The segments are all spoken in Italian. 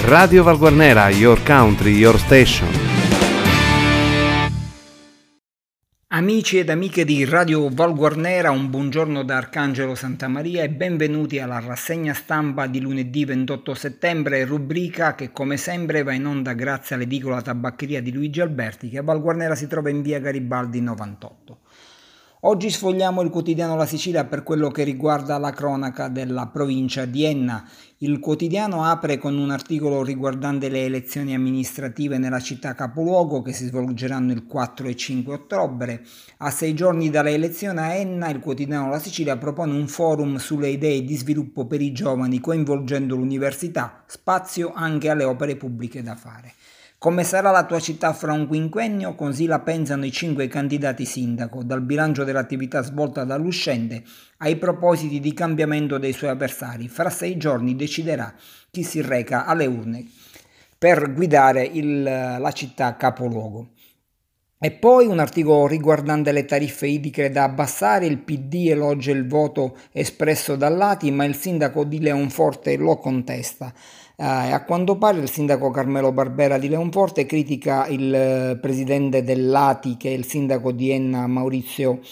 Radio Valguarnera, your country, your station. Amici ed amiche di Radio Valguarnera, un buongiorno da Arcangelo Santamaria e benvenuti alla rassegna stampa di lunedì 28 settembre, rubrica che come sempre va in onda grazie all'edicola tabaccheria di Luigi Alberti, che a Valguarnera si trova in via Garibaldi 98. Oggi sfogliamo il quotidiano La Sicilia per quello che riguarda la cronaca della provincia di Enna. Il quotidiano apre con un articolo riguardante le elezioni amministrative nella città capoluogo che si svolgeranno il 4 e 5 ottobre. A 6 giorni dalle elezioni a Enna, il quotidiano La Sicilia propone un forum sulle idee di sviluppo per i giovani coinvolgendo l'università, spazio anche alle opere pubbliche da fare. Come sarà la tua città fra un quinquennio? Così la pensano i 5 candidati sindaco, dal bilancio dell'attività svolta dall'uscente ai propositi di cambiamento dei suoi avversari. Fra 6 giorni deciderà chi si reca alle urne per guidare la città capoluogo. E poi un articolo riguardante le tariffe idriche da abbassare, il PD elogia il voto espresso da Lati, ma il sindaco di Leonforte lo contesta. A quanto pare il sindaco Carmelo Barbera di Leonforte critica il presidente del Lati, che è il sindaco di Enna Maurizio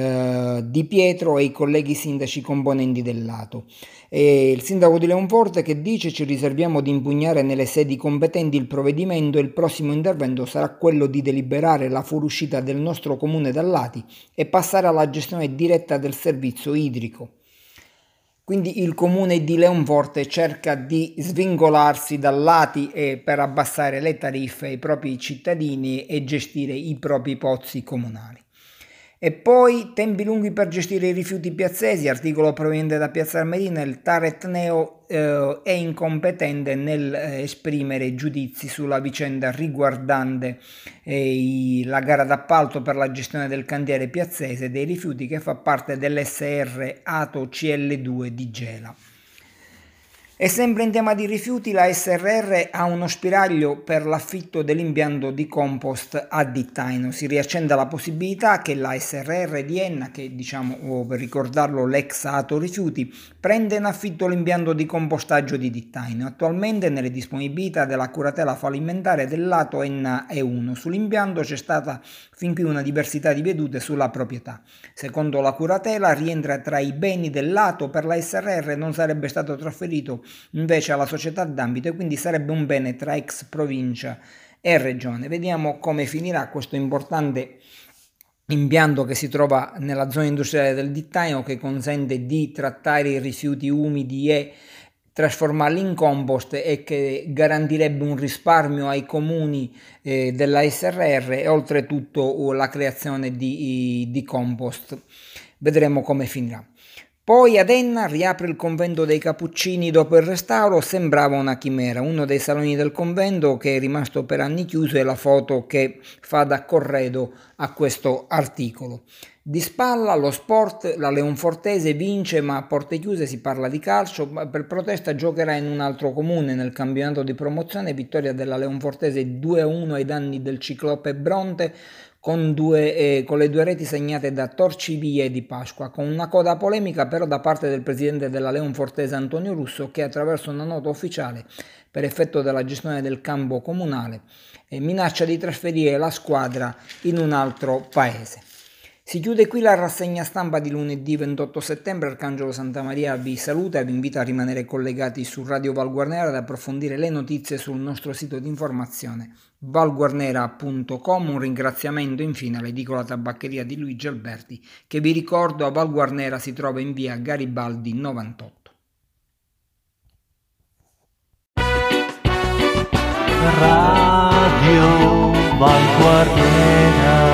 Di Pietro, e i colleghi sindaci componenti del Lato. E il sindaco di Leonforte che dice: ci riserviamo di impugnare nelle sedi competenti il provvedimento e il prossimo intervento sarà quello di deliberare la fuoriuscita del nostro comune dal Lati e passare alla gestione diretta del servizio idrico. Quindi il comune di Leonforte cerca di svincolarsi dal Lati per abbassare le tariffe ai propri cittadini e gestire i propri pozzi comunali. E poi tempi lunghi per gestire i rifiuti piazzesi, articolo proveniente da Piazza Armerina. Il TAR Etneo è incompetente nel esprimere giudizi sulla vicenda riguardante la gara d'appalto per la gestione del cantiere piazzese dei rifiuti che fa parte dell'SR Ato CL2 di Gela. E sempre in tema di rifiuti, la SRR ha uno spiraglio per l'affitto dell'impianto di compost a Dittaino. Si riaccende la possibilità che la SRR di Enna, che per ricordarlo l'ex Ato Rifiuti, prenda in affitto l'impianto di compostaggio di Dittaino. Attualmente nelle disponibilità della curatela fallimentare del lato Enna E1. Sull'impianto c'è stata fin qui una diversità di vedute sulla proprietà. Secondo la curatela rientra tra i beni del lato, per la SRR non sarebbe stato trasferito invece alla società d'ambito e quindi sarebbe un bene tra ex provincia e regione. Vediamo come finirà questo importante impianto che si trova nella zona industriale del Dittaino, che consente di trattare i rifiuti umidi e trasformarli in compost e che garantirebbe un risparmio ai comuni della SRR e oltretutto la creazione di compost. Vedremo come finirà. Poi ad Enna riapre il convento dei Cappuccini dopo il restauro, sembrava una chimera. Uno dei saloni del convento che è rimasto per anni chiuso è la foto che fa da corredo a questo articolo. Di spalla lo sport, la Leonfortese vince ma a porte chiuse, si parla di calcio. Per protesta giocherà in un altro comune nel campionato di promozione, vittoria della Leonfortese 2-1 ai danni del Ciclope Bronte, con le due reti segnate da Torcivia e Di Pasqua, con una coda polemica però da parte del presidente della Leonfortese Antonio Russo, che attraverso una nota ufficiale per effetto della gestione del campo comunale minaccia di trasferire la squadra in un altro paese. Si chiude qui la rassegna stampa di lunedì 28 settembre. Arcangelo Santamaria vi saluta e vi invita a rimanere collegati su Radio Valguarnera ad approfondire le notizie sul nostro sito di informazione valguarnera.com. Un ringraziamento infine all'edicola tabaccheria di Luigi Alberti, che vi ricordo a Valguarnera si trova in via Garibaldi 98. Radio Valguarnera.